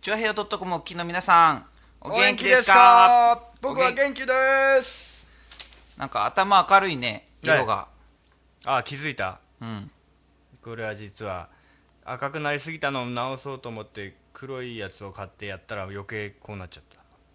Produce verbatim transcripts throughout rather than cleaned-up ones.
チュアヘヨ .com お聞きの皆さん、お元気ですか？ お元気ですか？僕は元気です。 なんか頭明るいね、色が。 ああ、気づいた。 うん。 これは実は赤くなりすぎたのを直そうと思って黒いやつを買ってやったら余計こうなっちゃった。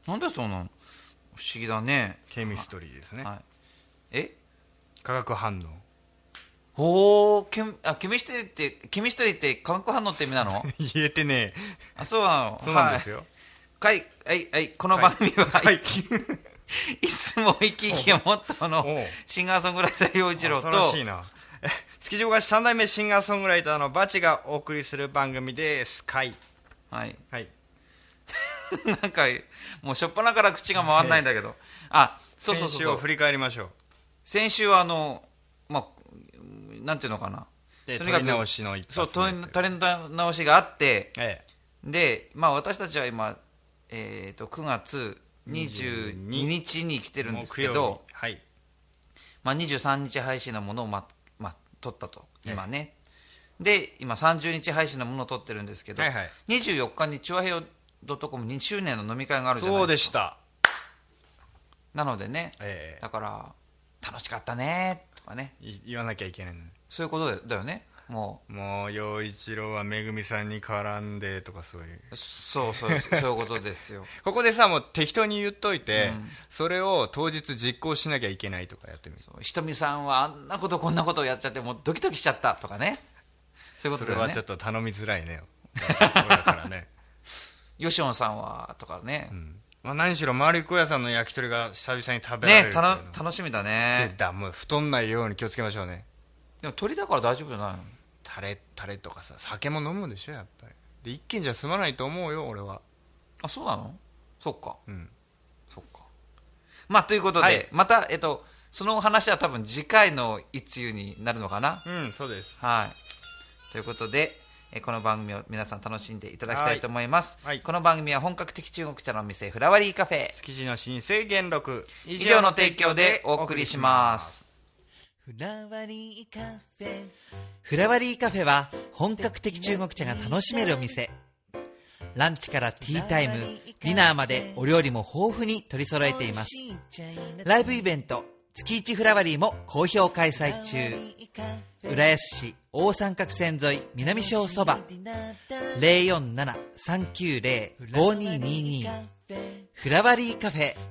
なんでそうなの？不思議だね。 ケミストリーですね、 はい、え化学反応。 ほー、ケミ、あ、ケミストリーって、ケミストリーって化学反応って意味なの？ 言えてねえ。 あ、そうなの。 そうなんですよ。 はい、はい、はい、この番組は、 はい、はい、 いつも生き生きがモットーのシンガーソングライター陽一郎と、 恐ろしいな。築地大菓子さん代目シンガーソングライターのバチがお送りする番組です。かい。 はい。 はい。 なんか、もうしょっぱなから口が回んないんだけど。あ、そうそうそうそう。 先週を振り返りましょう。 先週はあの、まあ、なんていうのかな。 で、とにかく取り直しの一発目。 そう、取り直しがあって、 ええ、 で、まあ私たちは今、えっと、くがつにじゅうににちに来てるんですけど、 はい。 まあにじゅうさんにち配信のものをま、まあ、撮ったと、今ね。で、今さんじゅうにち配信のものを撮ってるんですけど、 はいはい、 にじゅうよっかにチュアヘヨ .comにしゅうねんの飲み会があるじゃないですか。 そうでした。 なのでね、 ええ、 だから楽しかったねとかね、 言わなきゃいけないの。 そういうことだよね。もうもう陽一郎はめぐみさんに絡んでとか、そういう、 そうそうそういうことですよ。 ここでさ、もう適当に言っといて、 うん、それを当日実行しなきゃいけないとかやってみる。 ひとみさんはあんなことこんなことをやっちゃってもうドキドキしちゃったとかね、そういうことだよね。 それはちょっと頼みづらいね親からね。 ヨシオンさんはとかね、 うん、まあ、何しろ丸い小屋さんの焼き鳥が久々に食べられるね、たの楽しみだね。 だ、もう太んないように気をつけましょうね。 でも鳥だから大丈夫じゃないの？ タレタレとかさ、酒も飲むでしょやっぱり。で一軒じゃ済まないと思うよ俺は。 あ、そうなの？そっか、 うん、 そっか。まあということで、はい、またえっとその話は多分次回の一通になるのかな。 うん、そうです。 はい、ということでえこの番組を皆さん楽しんでいただきたいと思います、 はいはい、 この番組は本格的中国茶の店フラワリーカフェ築地の老舗元禄以上の提供でお送りします。 フラワリーカフェフラワリーカフェは本格的中国茶が楽しめるお店。ランチからティータイム、ディナーまでお料理も豊富に取り揃えています。ライブイベント月一フラワリーも好評開催中。浦安市大三角線沿い南小そば ゼロよんなな さんきゅうゼロ ごにーにーにー フラワリーカフェ。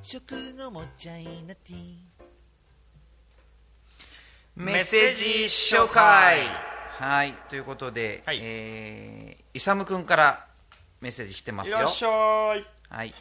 メッセージ紹介。はい、ということで、はい、えー、イサムくんからメッセージ来てますよ。 いらっしゃい。 はい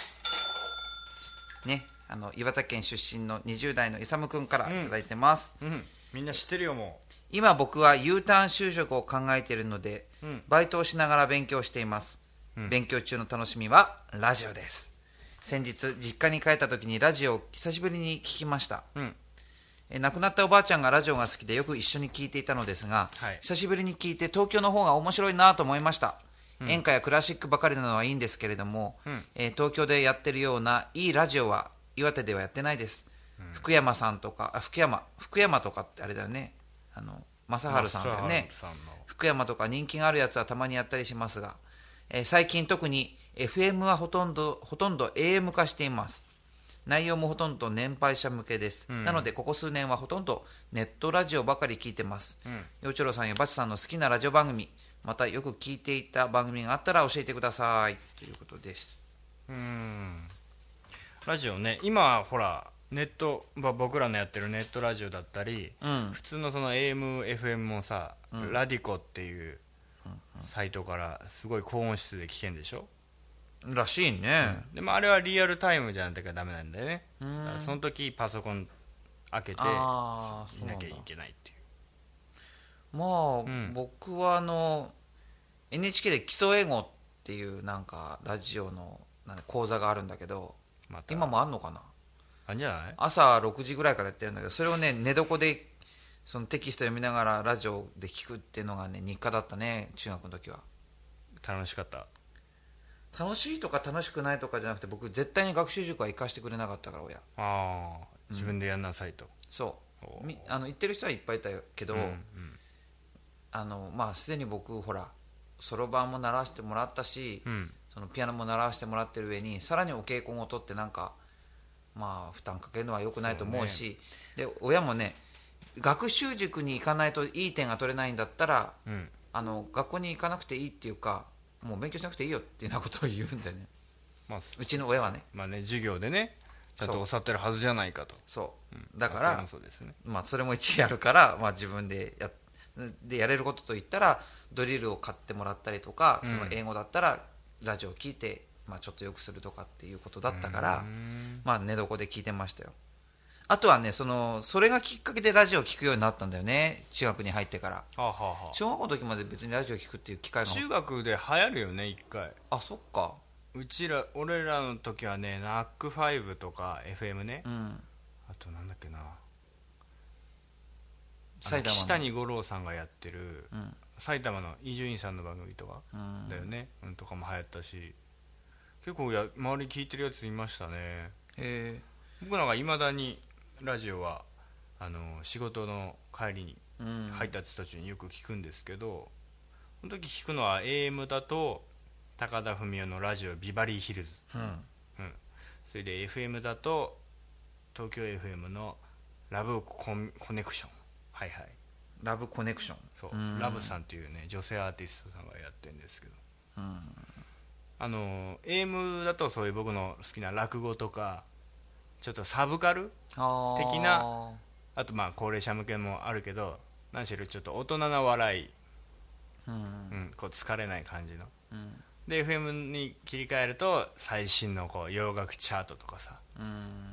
ね、あの岩手県出身のにじゅう代のイサムくんからいただいてます、 うんうん、みんな知ってるよ。もう今僕は U ターン就職を考えているので、うん、バイトをしながら勉強しています、うん、勉強中の楽しみはラジオです。先日実家に帰った時にラジオを久しぶりに聞きました、うん、え亡くなったおばあちゃんがラジオが好きでよく一緒に聞いていたのですが、はい、久しぶりに聞いて東京の方が面白いなと思いました。うん、演歌やクラシックばかりなのはいいんですけれども、うん、えー、東京でやってるようないいラジオは岩手ではやってないです、うん、福山さんとかあ福山福山とかってあれだよね、あの正治さんだよね。福山とか人気があるやつはたまにやったりしますが、えー、最近特に エフエム はほとんどほとんど エーエム 化しています。内容もほとんど年配者向けです、うん、なのでここ数年はほとんどネットラジオばかり聞いてます。陽一郎さんやバチさんの好きなラジオ番組、またよく聞いていた番組があったら教えてくださいということです。 うーん、ラジオね、今ほらネット、まあ、僕らのやってるネットラジオだったり、うん、普通のその エーエム、エフエム もさ、うん、ラディコっていうサイトからすごい高音質で聞けんでしょらしいね、 うん、でもあれはリアルタイムじゃなきゃダメなんだよね。だからその時パソコン開けていなきゃいけないっていう。 まあ、うん、僕はあの エヌエイチケー で基礎英語っていうなんかラジオの講座があるんだけど、ま、今もあんのかな。 あんじゃない？ 朝ろくじぐらいからやってるんだけど、それをね寝床でそのテキスト読みながらラジオで聞くっていうのがね日課だったね、中学の時は。 楽しかった。 楽しいとか楽しくないとかじゃなくて、僕絶対に学習塾は行かしてくれなかったから親。 ああ、自分でやんなさいと、うん、 そうみあの言ってる人はいっぱいいたけど、うんうん、あのまあすでに僕ほらそろばんも習わせてもらったし、うん、 そのピアノも習わせてもらってる上にさらにお稽古事ってなんかまあ負担かけるのは良くないと思うし、う、ね、で親もね学習塾に行かないといい点が取れないんだったら、うん、あの学校に行かなくていいっていうかもう勉強しなくていいよっていうようなことを言うんだよね、まあ、うちの親はね、 まあね、授業でねちゃんと教わってるはずじゃないかと。 そう、うん、だからそ, です、ね、 まあ、それも一やるから、まあ、自分で や, でやれることといったらドリルを買ってもらったりとか、うん、その英語だったらラジオを聞いて、まあ、ちょっと良くするとかっていうことだったから、まあ、寝床で聞いてましたよ。あとはね そ, のそれがきっかけでラジオを聞くようになったんだよね、中学に入ってから。はあはあ、小学校の時まで別にラジオを聞くっていう機会が中学で流行るよね一回。 あ、そっか。 うちら俺らの時はね ナックファイブ とか エフエム ね、うん、あとなんだっけな岸谷五郎さんがやってる、うん、埼玉の伊集院さんの番組とか、うん、だよね、うん、とかも流行ったし結構や周り聞いてるやついましたね。へえ。僕なんかいまだにラジオはあの仕事の帰りに、うん、配達途中によく聞くんですけど、その時聞くのは エーエム だと高田文夫のラジオビバリーヒルズ、うんうん、それで エフエム だと東京 エフエム のラブコネクション、はいはい、 ラブコネクション、 そう、うん、ラブさんっていうね女性アーティストさんがやってるんですけど、うん、あの エーエム だとそういう僕の好きな落語とかちょっとサブカル的な、あとまあ高齢者向けもあるけど何しろちょっと大人な笑い、うんうん、こう疲れない感じの、うん、で エフエム に切り替えると最新のこう洋楽チャートとかさ、うん、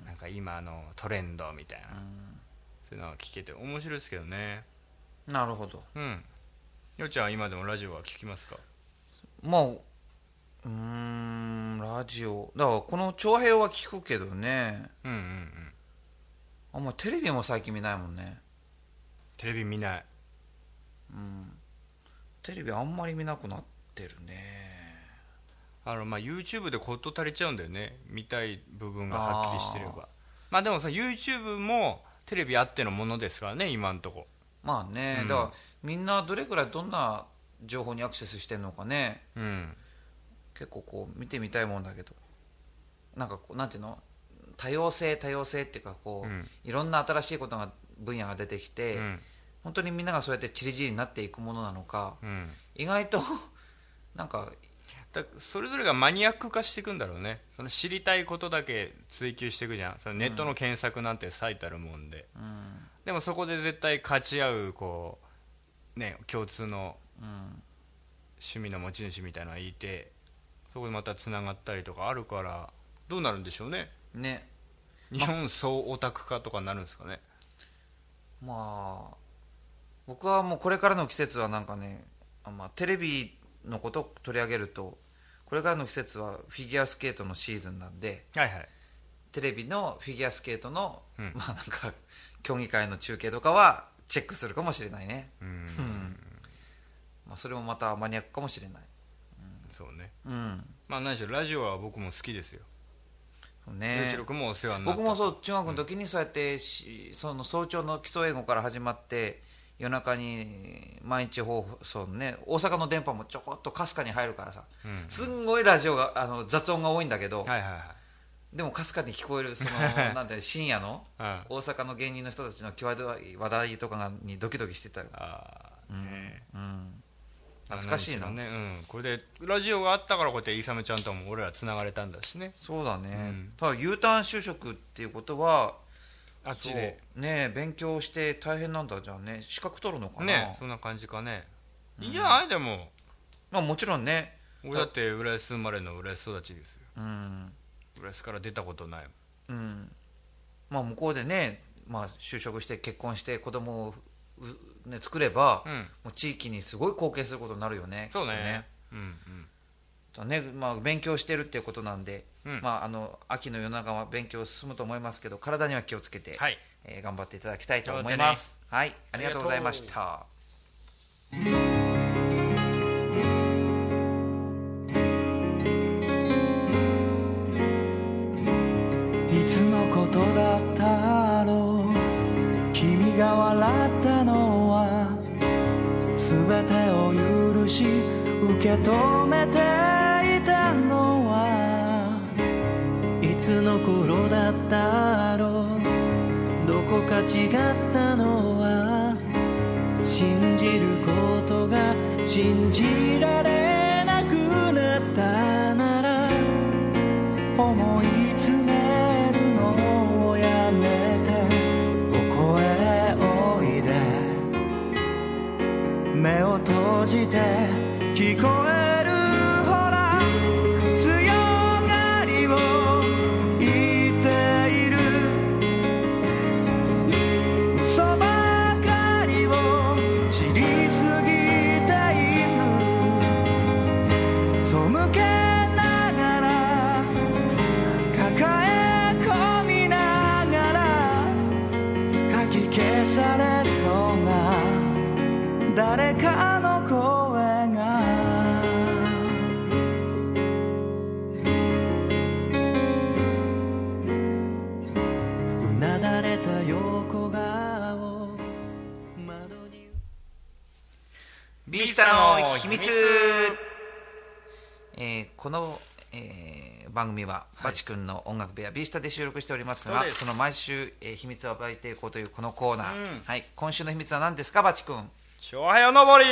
なんか今のトレンドみたいな、うん、そういうのが聞けて面白いですけどね。 なるほど。 うん。よっちゃんは今でもラジオは聞きますか？ まあうーんラジオだからこの長編は聞くけどね。うんうんうん。あんまテレビも最近見ないもんね。 テレビ見ない。 うん。テレビあんまり見なくなってるね。 あのまあ YouTube で事足りちゃうんだよね。見たい部分がはっきりしてれば。まあでもさ YouTube もテレビあってのものですからね今んとこ。 まあね、うん、だからみんなどれくらいどんな情報にアクセスしてんのかね。うん。結構こう見てみたいもんだけど、なんかこうなんていうの多様性多様性っていうかこう、うん、いろんな新しいことが分野が出てきて、うん、本当にみんながそうやってチリジリになっていくものなのか、うん、意外となんかだそれぞれがマニアック化していくんだろうね。その知りたいことだけ追求していくじゃん。そのネットの検索なんて最たるもんで、うん、でもそこで絶対勝ち合うこう、ね、共通の趣味の持ち主みたいなのがいて、そこでまたつながったりとかあるからどうなるんでしょうね。ね、日本総オタク化とかになるんですかね。 まあ僕はもうこれからの季節はなんかね、まあ、テレビのことを取り上げるとこれからの季節はフィギュアスケートのシーズンなんで、はいはい、テレビのフィギュアスケートの、うん、まあなんか競技会の中継とかはチェックするかもしれないね。うん、うん、まあ、それもまたマニアックかもしれない。 うん、そうね、うん、まあ何しろラジオは僕も好きですよね。陽一郎君もお世話になった。 僕もそう中学の時にそうやって、うん、その早朝の基礎英語から始まって夜中に毎日放送のね大阪の電波もちょこっとかすかに入るからさ、うん、すんごいラジオがあの雑音が多いんだけど、はいはいはい、でもかすかに聞こえるそのなんて深夜の大阪の芸人の人たちの際どい話題とかにドキドキしてたよ。あ、うんね、うん、懐かしいな、 ね、うん、これでラジオがあったからこうやってイサムちゃんとも俺らつながれたんだしね。 そうだね、うん、ただ U ターン就職っていうことはあっちでね勉強して大変なんだ。じゃあね資格取るのかな。 ね、そんな感じかね、うん、いいんじゃない。でもまあもちろんね俺だって浦安生まれの浦安育ちですよ、うん、浦安から出たことないもん、うん、 まあ向こうでね、まあ、就職して結婚して子供をね、作れば、うん、もう地域にすごい貢献することになるよね。 そうね、 ね、うんうんね、まあ、勉強してるっていうことなんで、うんまあ、あの秋の夜長は勉強進むと思いますけど体には気をつけて、はいえー、頑張っていただきたいと思います、ね、はい、ありがとうございました。いつのことだったろう、君が笑ったのは全てを許し受け止めていたの信じられなくなったなら思い詰めるのをやめてここへおいで目を閉じて聞こえるほら強がりを言っている嘘ばかりを知りすぎた犬背けながら抱え込みながらかき消されそうな誰かの声がうなだれた横顔窓にビースタの秘密、えーこの、えー番組はバチ君の音楽部屋ビースタで収録しておりますが、 そうですその毎週、えー秘密を暴いていこうというこのコーナー、 うんはい、今週の秘密は何ですかバチ君。 超早のぼり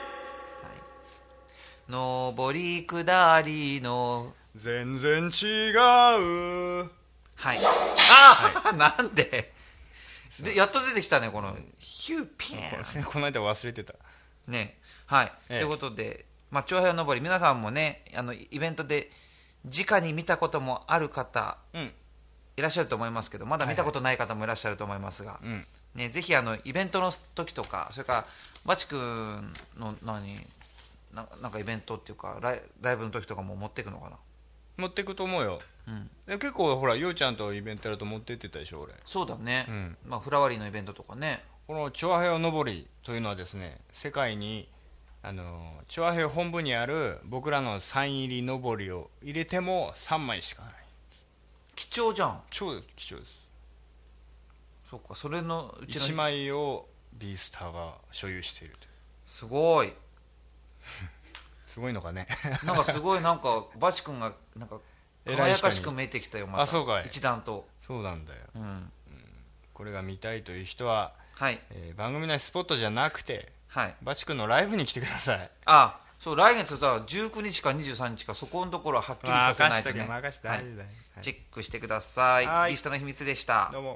上り下りの全然違うはいあ、はい、なんででやっと出てきたねこのヒューピーンこの間忘れてたねはい、 ええということで、まあ、長平のぼり皆さんもねあのイベントで直に見たこともある方、うん、いらっしゃると思いますけどまだ見たことない方もいらっしゃると思いますが、はいはいね、ぜひあのイベントの時とかそれからバチ君の何ななんかイベントっていうかライ、ライブの時とかも持っていくのかな。 持っていくと思うよ、うん、で結構ほらようちゃんとイベントやると持ってってたでしょ俺。 そうだね、うんまあ、フラワリーのイベントとかね。 このチョアヘヨのぼりというのはですね世界にあのチョアヘヨ本部にある僕らのサイン入りのぼりを入れてもさんまいしかない。 貴重じゃん。 超貴重です。 そうかそれのうちのいちまいをビースターが所有しているという。 すごいすごいのかねなんかすごいなんかバチ君がなんか輝かしく見えてきたよまた。 あそうかい。 一段とそうなんだよ、 うんうん、 これが見たいという人は、 はいえー、番組内スポットじゃなくて、 はい、 バチ君のライブに来てください。 あそう来月だじゅうくにちかにじゅうさんにちかそこのところははっきりさせないとね、 任せて、 はいはい、 チェックしてください。 はいビースタの秘密でした。 どうも。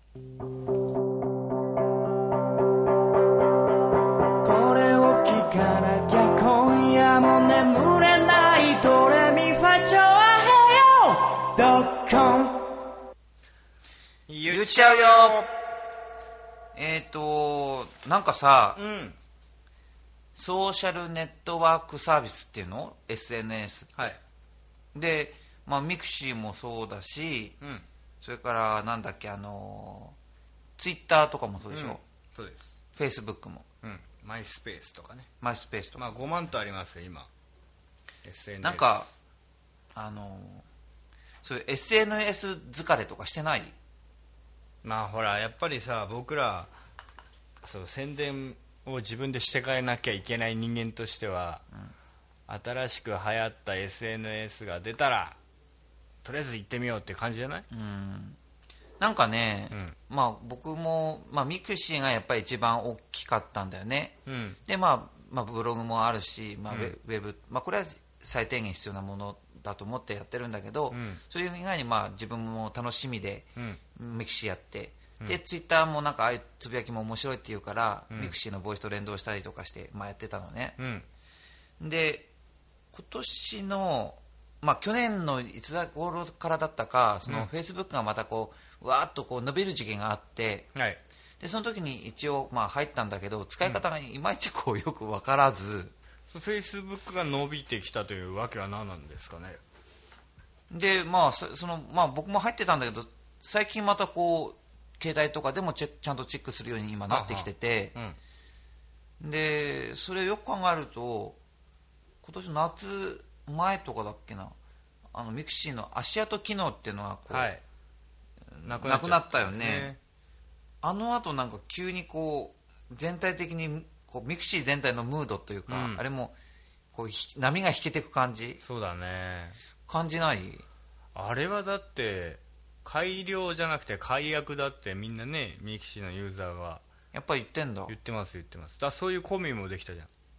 これを聞かなきゃ今夜も眠れないドレミファチョアヘヨドッコン言っちゃうよ。えっ、ー、となんかさ、うん、ソーシャルネットワークサービスっていうの エスエヌエス って、はい、で、まあ、ミクシーもそうだし、うん、それからなんだっけあのツイッターとかもそうでしょ、うん、 そうです。 フェイスブックも、 うん、マイスペースとかね。 マイスペースとか、 まあ、ごまんとありますよ今 エスエヌエス。 なんかあのそういう エスエヌエス 疲れとかしてない？ まあほらやっぱりさ僕らそう宣伝を自分でしてかなきゃいけない人間としては、うん、新しく流行った エスエヌエス が出たらとりあえず行ってみようっていう感じじゃない？うんなんかね、うん、まあ僕も、まあ、ミクシーがやっぱり一番大きかったんだよね、うん、で、まあ、まあブログもあるし、まあ、ウェブ、うんまあ、これは最低限必要なものだと思ってやってるんだけど、うん、それ以外にまあ自分も楽しみで、うん、ミクシーやって、うん、でツイッターもなんかああいうつぶやきも面白いっていうから、うん、ミクシーのボイスと連動したりとかして、まあ、やってたのね、うん、で今年の、まあ、去年のいつ頃からだったかそのフェイスブックがまたこうわーっとこう伸びる時期があって、はい、でその時に一応まあ入ったんだけど使い方がいまいちこうよく分からず、 フェイスブックが伸びてきたというわけは何なんですかね。 でまあそのまあ僕も入ってたんだけど最近またこう携帯とかでもチェちゃんとチェックするように今なってきてて、うん、でそれをよく考えると今年の夏前とかだっけなあのミクシーの足跡機能っていうのはこう、はい、なくなっちゃった、なくなったよね。あの後なんか急にこう全体的にこうミクシー全体のムードというか、うん、あれもこう波が引けていく感じ。 そうだね。 感じない？ あれはだって改良じゃなくて改悪だってみんなねミクシーのユーザーがやっぱり言ってんだ。 言ってます言ってます。だそういうコミュもできたじゃん。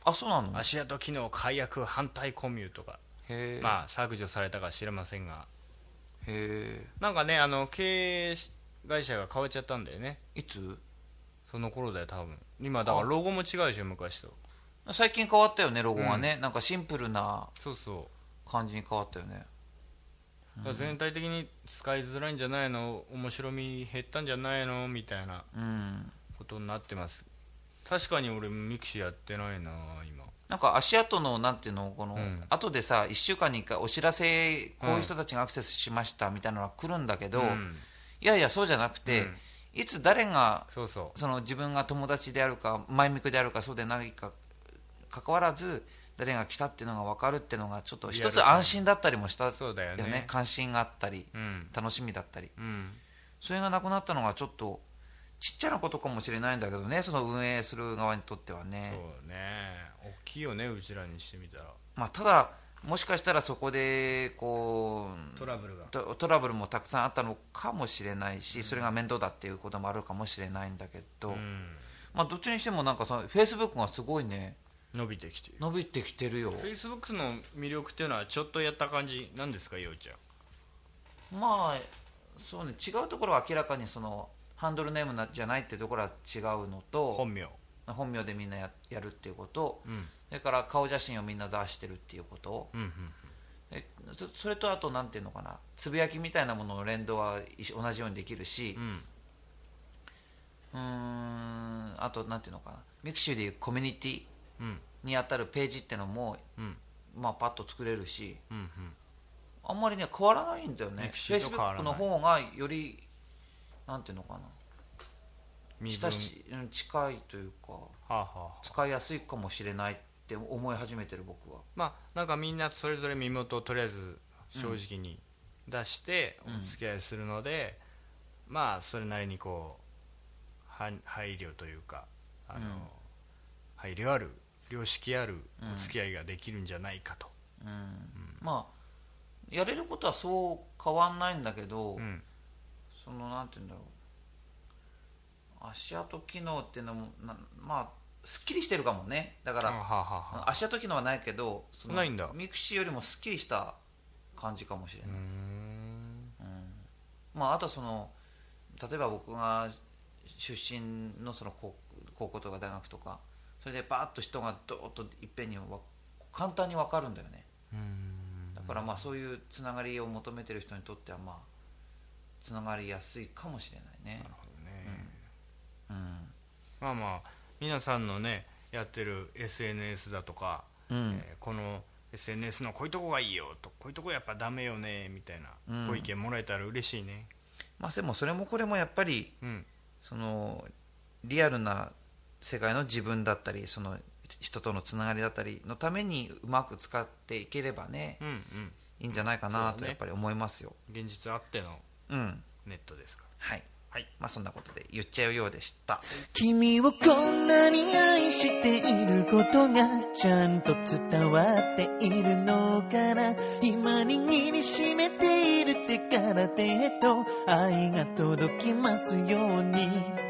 あ、そうなの。 足跡機能解約反対コミュとか、 へえ。 まあ削除されたか知れませんが、 へえ。 なんかね、あの経営会社が変わっちゃったんだよね。 いつ？ その頃だよ多分。今だからロゴも違うでしょ昔と。 最近変わったよね、ロゴがね、うん、なんかシンプルな感じに変わったよね。 だから全体的に使いづらいんじゃないの、面白み減ったんじゃないのみたいなことになってます。確かに俺ミクシーやってないな今。 なんか足跡のなんていうの、この、うん、後でさいっしゅうかんにいっかいお知らせ、こういう人たちがアクセスしましたみたいなのが来るんだけど、うん、いやいやそうじゃなくて、うん、いつ誰がそうそう、 その自分が友達であるかマイミクであるかそうでないか関わらず誰が来たっていうのが分かるっていうのがちょっと一つ安心だったりもしたよね。 そうだよね、 関心があったり、うん、楽しみだったり、うん、それがなくなったのがちょっとちっちゃなことかもしれないんだけどね、その運営する側にとってはね。 そうね、大きいよねうちらにしてみたら。 まあ、ただもしかしたらそこでこうトラブルがト、トラブルもたくさんあったのかもしれないし、うん、それが面倒だっていうこともあるかもしれないんだけど、うん、まあ、どっちにしてもなんかそのフェイスブックがすごいね伸びてきてる伸びてきてるよ。 フェイスブックの魅力っていうのはちょっとやった感じなんですか、ようちゃん。まあそうね、違うところは明らかにそのハンドルネームじゃないっていうところは違うのと、 本名本名でみんな や, やるっていうこと、うん、それから顔写真をみんな出してるっていうこと、うんうんうん、え そ, それとあとなんていうのかな、つぶやきみたいなものの連動は同じようにできるし、うん、うーんあとなんていうのかな、ミクシーでいうコミュニティに当たるページっていうのも、うん、まあ、パッと作れるし、うんうん、あんまりね変わらないんだよね。フェイスブックの方がよりなんていうのかな、親し近いというか、はあはあ、使いやすいかもしれないって思い始めてる僕は。 まあなんかみんなそれぞれ身元をとりあえず正直に出してお付き合いするので、うん、まあそれなりにこう配慮というか、あの、うん、配慮ある良識あるお付き合いができるんじゃないかと、うんうん、 まあやれることはそう変わんないんだけど、うん、そのなんていうんだろう、足跡機能っていうのもな、まあすっきりしてるかもね。だからははは足跡機能はないけど、そのないんだ。 ミクシーよりもすっきりした感じかもしれない。うーん、うん、まああとその例えば僕が出身のその高校とか大学とか、それでバーッと人がドーッといっぺんに簡単に分かるんだよね。うーん、だからまあそういうつながりを求めてる人にとってはまあつながりやすいかもしれないね。 なるほどね、うんうん、まあまあ皆さんのねやってる エスエヌエス だとか、うん、えー、この エスエヌエス のこういうとこがいいよと、こういうとこやっぱダメよねみたいなご意見もらえたら嬉しいね、 うん、まあでもそれもこれもやっぱり、うん、そのリアルな世界の自分だったり、その人とのつながりだったりのためにうまく使っていければね、うんうん、いいんじゃないかなとやっぱり思いますよ、 ね、現実あってのネットですか、 うん、はい、はい、まあそんなことで言っちゃうようでした。 君をこんなに愛していることがちゃんと伝わっているのかな、今握りしめている手から手へと愛が届きますように。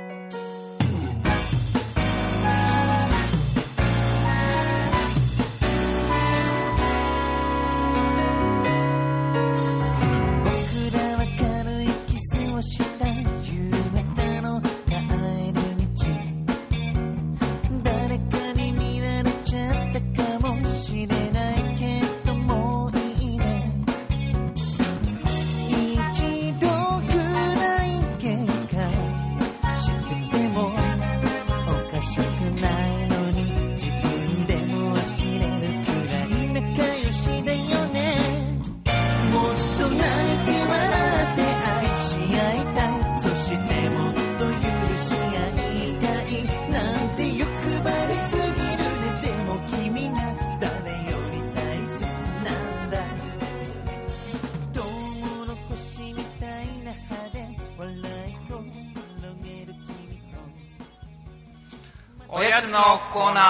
おやつのコーナー。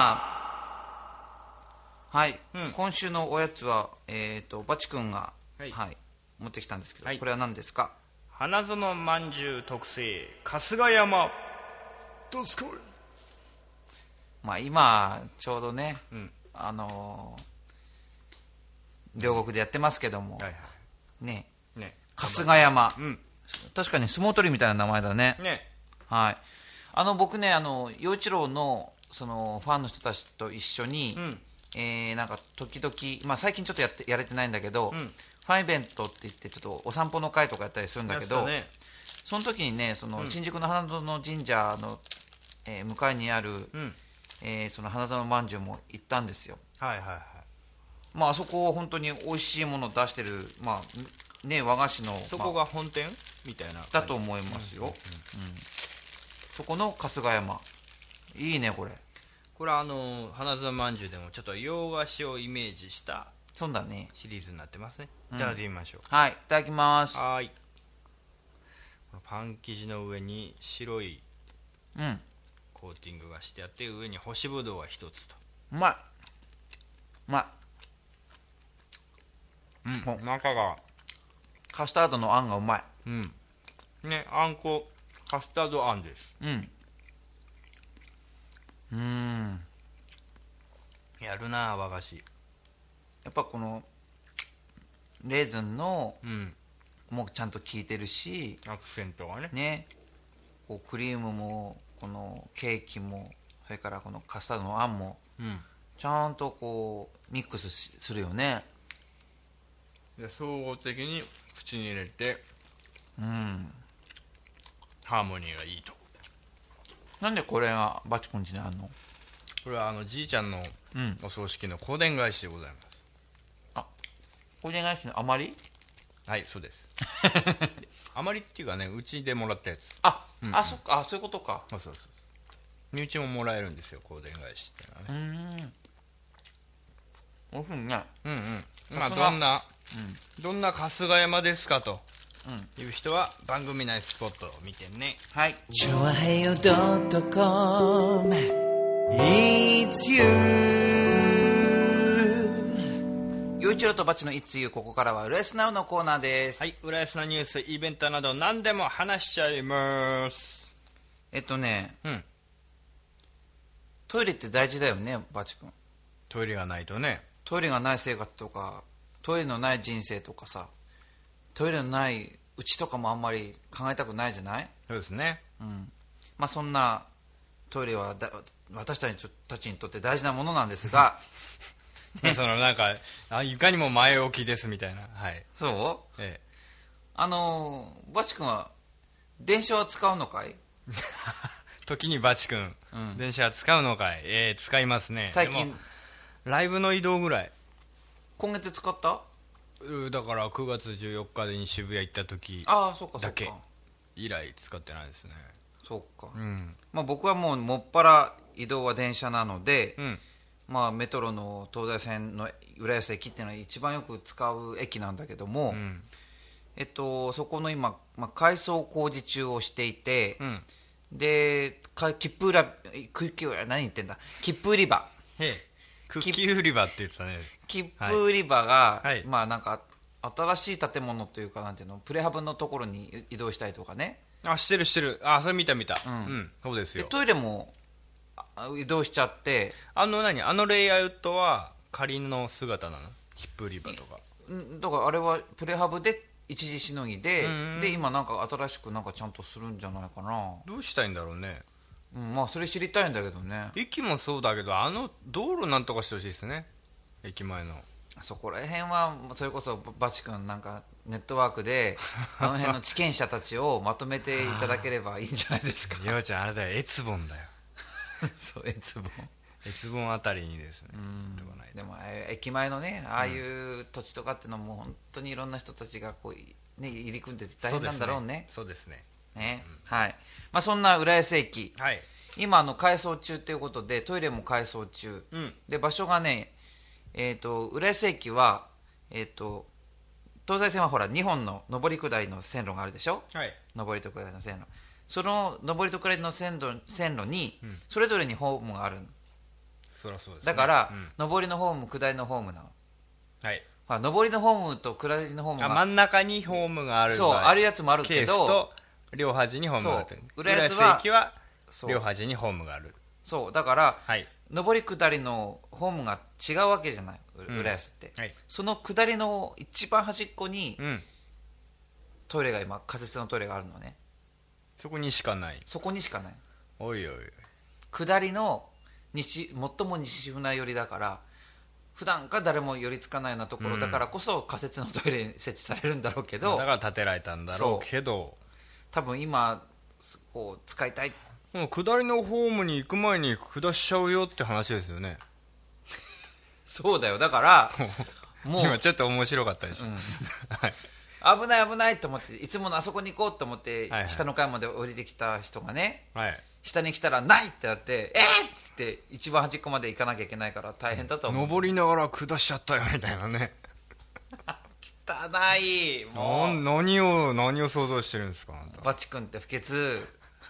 はい、うん、今週のおやつは、えーと、バチ君が、はいはい、持ってきたんですけど、はい、これは何ですか？ 花園まんじゅう特製春日山。 どうすか？ まあ今ちょうどね、 うん、 あのー、両国でやってますけども、 はいはい、 ね、 ね、 春日山、 うん、 確かに相撲取りみたいな名前だね。 ね、 はい、あの僕ね、あの陽一郎のそのファンの人たちと一緒に、うん、えー、なんか時々、まあ、最近ちょっとやってやれてないんだけど、うん、ファンイベントって言ってちょっとお散歩の会とかやったりするんだけど、ね、その時にね、その新宿の花園神社の、えー、向かいにある、うん、えー、その花園まんじゅうも行ったんですよ。 はいはいはい。まあ、あそこは本当に美味しいものを出してる、まあね、和菓子のそこが本店、まあ、みたいなだと思いますよ、うんうんうん、そこの春日山いいね。これこれはあの花園まんじゅうでもちょっと洋菓子をイメージしたそうだねシリーズになってますね。いただいてみましょう、 うん、はい、いただきます。 はい、このパン生地の上に白いコーティングがしてあって、上に干しぶどうが一つと。 うまいうまい、 うん、中がカスタードのあんがうまい、 うんね、あんこカスタードあんです。 うんうーんやるな和菓子。 やっぱこのレーズンの、 うん、 もうちゃんと効いてるし、 アクセントがねね、こうクリームもこのケーキもそれからこのカスタードのあんも、うん、ちゃんとこうミックスするよね。 で総合的に口に入れて、 うん、 ハーモニーがいいと。 なんでこれがバチコン家にあるの？ これはあのじいちゃんのお葬式の香典返しでございます、 うん、あ、香典返しの余り？ はい、そうです余りっていうかね、うちでもらったやつ。 あ、 うんうん、 あ、そっか、あ、そういうことか。 そうそうそう、身内ももらえるんですよ、香典返しってのはね。 うーん、おいしいね。 うんうん。まあどんな、うん、どんな春日山ですかという人は番組内スポットを見てね。 はい。 チョアヘヨドットコム It's you。 陽一郎とバチの It's you。 ここからは浦安ナウのコーナーです。 はい、浦安のニュース、イベントなど何でも話しちゃいます。 えっとね、 うん、 トイレって大事だよね、バチ君。 トイレがないとね。 トイレがない生活とか、トイレのない人生とかさ、トイレのないうちとかもあんまり考えたくないじゃない？ そうですね、 うん、まあそんなトイレはだ私たちにとって大事なものなんですがね、そのなんかあいかにも前置きですみたいな、はい。 そう、 ええ、 あのバチ君は電車は使うのかい？ 時にバチ君、うん、電車は使うのかい？えー、使いますね。 最近ライブの移動ぐらい。 今月使った？ だからくがつじゅうよっかに渋谷行った時だけ以来使ってないですね。 そうか、 うん、 まあ、僕はもうもっぱら移動は電車なので、 うん、 まあ、メトロの東西線の浦安駅っていうのは一番よく使う駅なんだけども、うん、えっと、そこの今、まあ、改装工事中をしていて、うん、で切符売ら何言ってんだ切符売り場、 へえ、クッキー売り場って言ってたね。 切符売り場が、 はい、 まあなんか新しい建物というかなんていうのプレハブのところに移動したりとかね。 あ、してるしてる。あ、それ見た見た。うん、うん、そうですよ。 でトイレも移動しちゃって。 あの何あのレイアウトは仮の姿なの？切符売り場とか。 だからあれはプレハブで一時しのぎで、で今なんか新しくなんかちゃんとするんじゃないかな。 どうしたいんだろうね。 うん、まあそれ知りたいんだけどね。 駅もそうだけどあの道路なんとかしてほしいですね。駅前のそこら辺はそれこそバチ君なんかネットワークであの辺の地権者たちをまとめていただければいいんじゃないですか。 ようちゃんあれだよ、エツボンだよそう、エツボンエツボンあたりにですね。 うんでも駅前のねああいう土地とかっていうのも本当にいろんな人たちがこう、ね、入り組んでて大変なんだろうね。 そうですね、 ね、うん、はい。まあ、そんな浦安駅、 はい、 今あの改装中ということでトイレも改装中、うん、で場所がね、えー、と浦安駅は、えー、と東西線はほらにほんの上り下りの線路があるでしょ、 はい、 上りと下りの線路、その上りと下りの線路、線路にそれぞれにホームがある、うん、 そりゃそうですね、 だから、うん、上りのホーム下りのホームなの、 はい、 まあ、上りのホームと下りのホームがあ真ん中にホームがある、 そうあるやつもあるけど、 ケースと両端にホームがある。 浦安は駅は両端にホームがある。 そうだから、 はい、 上り下りのホームが違うわけじゃない、浦安って、 うんはい、 その下りの一番端っこに、 うん、 トイレが今仮設のトイレがあるのね。 そこにしかない。 そこにしかない。 おいおい。 下りの西、最も西船寄りだから、普段から誰も寄りつかないようなところだからこそ仮設のトイレに設置されるんだろうけど、 だから建てられたんだろうけど、 多分今こう使いたい。 もう下りのホームに行く前に下しちゃうよって話ですよね。 そうだよ。だからもう今ちょっと面白かったでしょ、うん、 危ない危ないと思って、いつものあそこに行こうと思って、はいはい、下の階まで降りてきた人がね、はい、下に来たらないってなって、えー、っつって一番端っこまで行かなきゃいけないから大変だと思う。 登りながら下しちゃったよみたいなね。 汚い。もう何を何を想像してるんですか、あんた。 バチ君って不潔。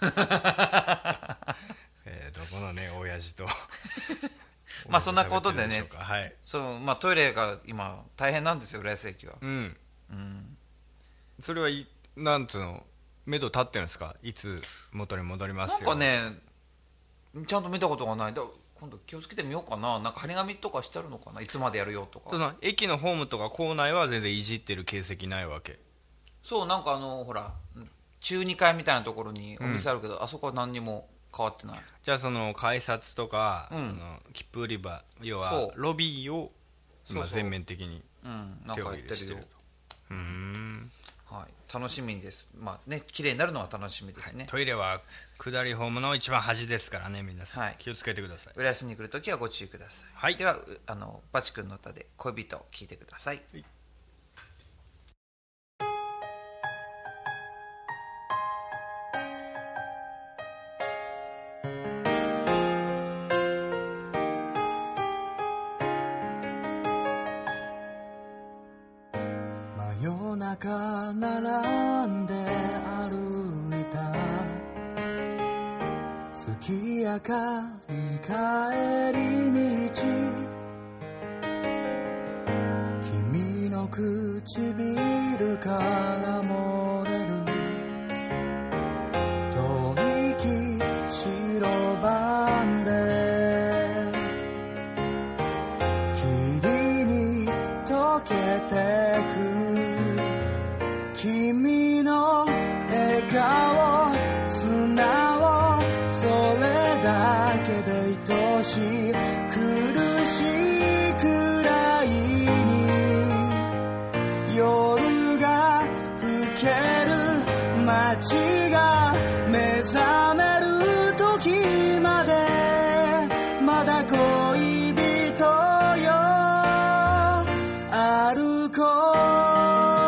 えー、どこのね親父とまあそんなことでね、 はい、 そうまあ、トイレが今大変なんですよ、浦安駅は。うん、 うん、それはいなんつうの目処立ってるんですか、いつ元に戻りますよ。 なんかねちゃんと見たことがない。だ今度気をつけてみようかな。なんか張り紙とかしてあるのかな、いつまでやるよとか。 その駅のホームとか構内は全然いじってる形跡ないわけ。 そう、なんかあのほら中にかいみたいなところにお店あるけど、うん、あそこは何にも変わってない。 じゃあその改札とか、うん、その切符売り場、要はロビーを今全面的に手を入れしてると。うーん、 はい、楽しみです。まあね、綺麗になるのは楽しみですね、はい、 トイレは下りホームの一番端ですからね、皆さん、はい、気をつけてください。 浦安に来るときはご注意ください、はい、ではあのバチ君の歌で恋人を聴いてください、はい。 夜中並んで歩いた月明かり帰り道、君の唇から漏れる吐息白番で霧に溶けてく君の笑顔素直、それだけで愛しい、苦しいくらいに夜が更ける、街が目覚める時までまだ恋人よ、歩こう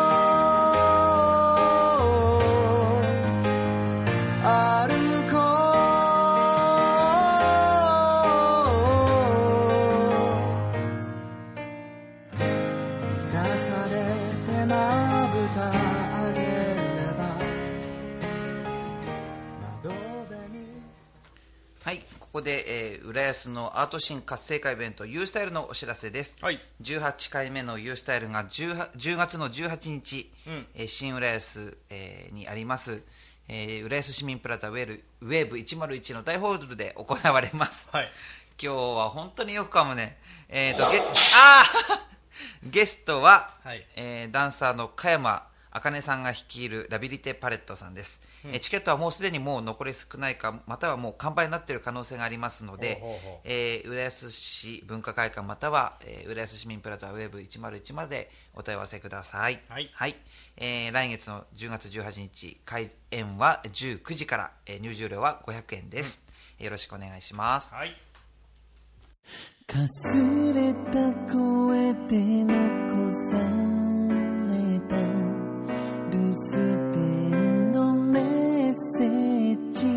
ここで、えー、浦安のアートシーン活性化イベント U スタイルのお知らせです、はい、じゅうはちかいめの U スタイルが じゅうがつのじゅうはちにち、うんえー、新浦安、えー、にあります、えー、浦安市民プラザウェールウェーブいちまるいちの大ホールで行われます、はい、今日は本当によくかもね、えー、とゲあゲストは、はいえー、ダンサーの加山あかねさんが率いるラビリテパレットさんです、うん、えチケットはもうすでにもう残り少ないかまたはもう完売になっている可能性がありますので、ほうほうほうえー、浦安市文化会館または、えー、浦安市民プラザウェーブいちまるいちまでお問い合わせください、はいはいえー、来月のじゅうがつじゅうはちにち開演はじゅうくじから、えー、入場料はごひゃくえんです、うん、よろしくお願いします、はい、 かすれた声で残された留守電のメッセージ、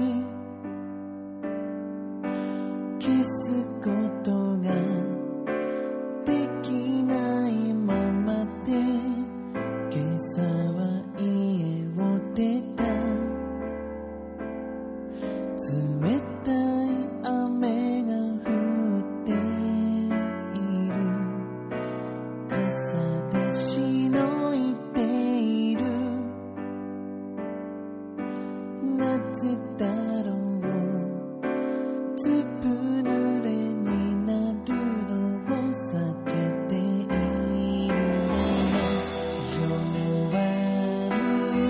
消すことができないままで今朝は家を出た、冷たい雨が降っている、傘でし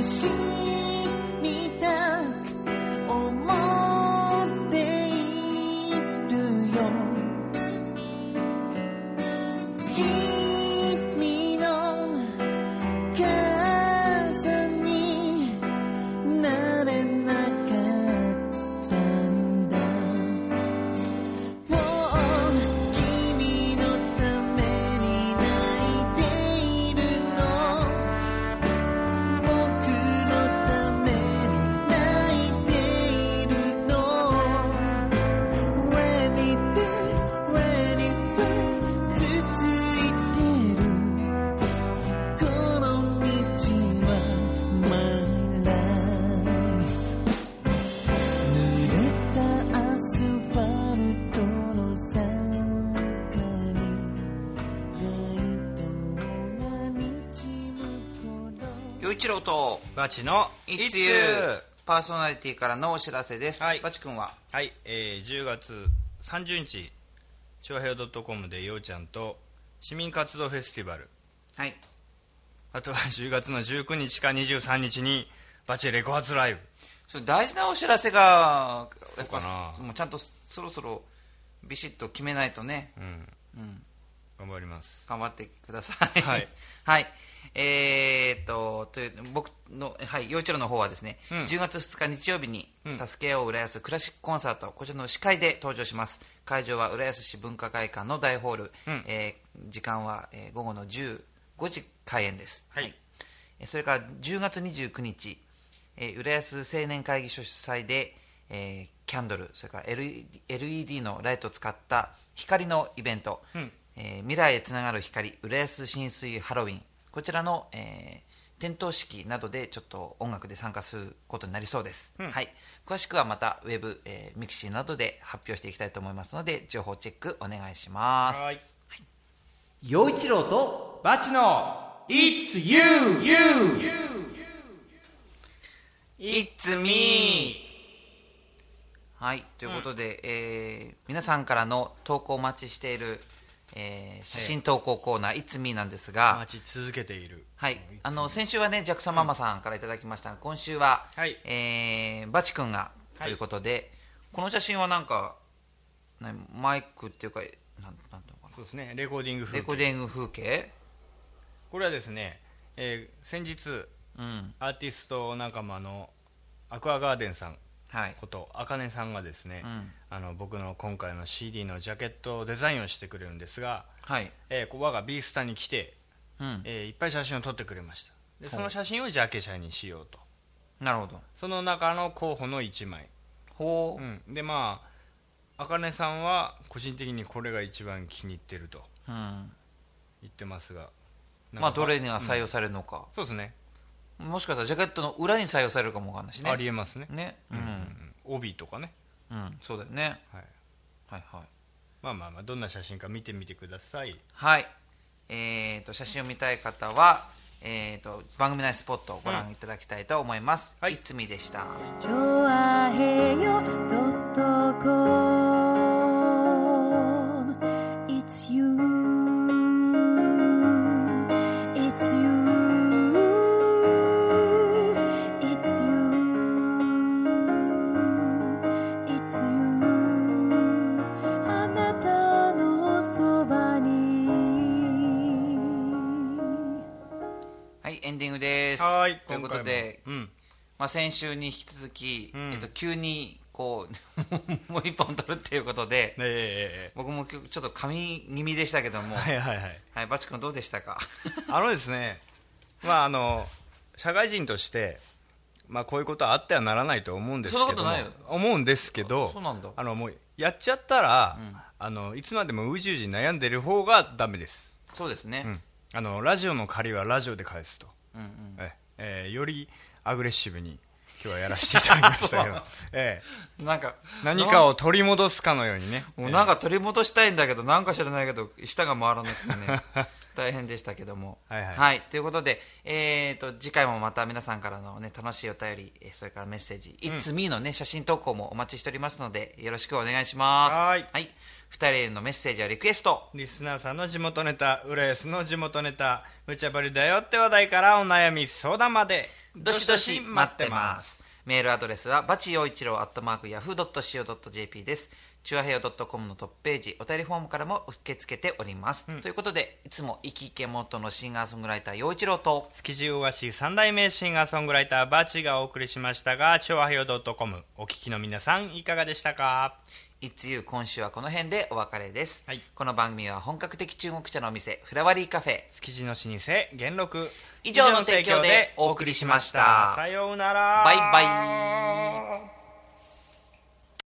しみたく思っているよ君の傘になれなかったんだもう君のために泣いているの僕のために泣いているの Ready to ready for 続いてるこの道は My life 濡れたアスファルトの坂にライトが導く頃陽一郎とバチの It's You パーソナリティからのお知らせです。 はいバチ君ははい、えー、じゅうがつさんじゅうにち長平 .com でようちゃんと市民活動フェスティバル、 はいあとはじゅうがつのじゅうくにちかにじゅうさんにちにバチレコ発ライブ。 それ大事なお知らせがやっぱそうかなもうちゃんとそろそろビシッと決めないとね、 うん、 うん、 頑張ります。 頑張ってください。 はい、 はい、えー、っとという僕のはい陽一郎の方はですね、 うん、 じゅうがつふつか日曜日にうん助け合おう浦安クラシックコンサート、こちらの司会で登場します。会場は浦安市文化会館の大ホール、 うんえー時間は、えー午後のじゅうごじ開演です。 はいえーそれからじゅうがつにじゅうくにち、えー浦安青年会議所主催で、えーキャンドル、それから エルイーディー のライトを使った光のイベント、 うんえー未来へつながる光浦安浸水ハロウィン、こちらの、えー点灯式などでちょっと音楽で参加することになりそうです、 うんはい、詳しくはまたウェブ、えーミクシーなどで発表していきたいと思いますので情報チェックお願いします。 はい陽一郎とバチの It's You It's me はいということで、えー皆さんからの投稿をお待ちしている、えー写真投稿コーナー It's me なんですが、 待ち続けている。 はい、あの先週はねジャクソンママさんからいただきましたが、今週は、 はいえーバチ君がということで、この写真はなんかなマイクっていうかなんなんていうのかそうですね、レコーディングな、 風景。 レコーディング風景、 これはですね、えー先日うんアーティスト仲間のアクアガーデンさんはいことあかねさんがですね、 うんあの僕の今回の シーディー のジャケットデザインをしてくれるんですが、 はい、 えーこう我が B スタに来て、 うんえーいっぱい写真を撮ってくれました。でその写真をジャケ写にしようと、 なるほど、 その中の候補のいちまい、 ほう、 うん、でまああかねさんは個人的にこれが一番気に入ってるとうん、 言ってますが、 まあどれにはうん採用されるのか、 そうですね、 もしかしたらジャケットの裏に採用されるかもわかんないしね、 ありえますね、 ね、ううんんうんうん帯とかね、 うん、そうだよね、 はい、 はいはいまあまあまあどんな写真か見てみてください。 はい、えー、と写真を見たい方は、えー、と番組内スポットをご覧いただきたいと思います。 はいいつみでした。 ちょあへよ .com It's you It's you It's you It's you あなたのそばにはい、エンディングです。 はい、 ということで、 今回もうんまあ、先週に引き続き、 うんえっと、急にこうもう一本撮るっていうことで、 え僕も今日ちょっと噛み気味でしたけども、 えはいはいはいはい、バチ君どうでしたか？ あのですね、まああの社会人として、まあ、こういうことはあってはならないと思うんですけども、 そんなことないよ思うんですけど、 そうなんだ。 あのもうやっちゃったら、 うんあのいつまでもうじうじ悩んでる方がダメです、 そうですね、 うん、あのラジオの借りはラジオで返すと、 うんうん、 ええーよりアグレッシブに今日はやらせていただきましたけど、ええなんか何かを取り戻すかのようにね、 もうなんか取り戻したいんだけど、なんか知らないけど舌が回らなくてね大変でしたけども、 はいはい、 はい、ということで、えー、と次回もまた皆さんからの、ね、楽しいお便り、それからメッセージ、うん、It's me の、ね、写真投稿もお待ちしておりますのでよろしくお願いします。 はい、 はい、ふたりへのメッセージやリクエスト、 リスナーさんの地元ネタ、浦安の地元ネタ、無茶ぶりだよって話題からお悩み相談までどしどし待ってます。メールアドレスはバチ陽一郎アットマークヤフー ドット シーオー ドット ジェーピー です。チュアヘヨ ドットコム のトップページお便りフォームからも受け付けております、うん、ということでいつも生き家元のシンガーソングライター陽一郎と築地大橋三代目シンガーソングライターバチがお送りしましたが、チュアヘヨ ドットコム お聞きの皆さんいかがでしたか。 いつゆ今週はこの辺でお別れです、 はい、 この番組は本格的中国茶のお店フラワリーカフェ築地の老舗元禄以上の提供でお送りしました。 さようなら、 バイバイ。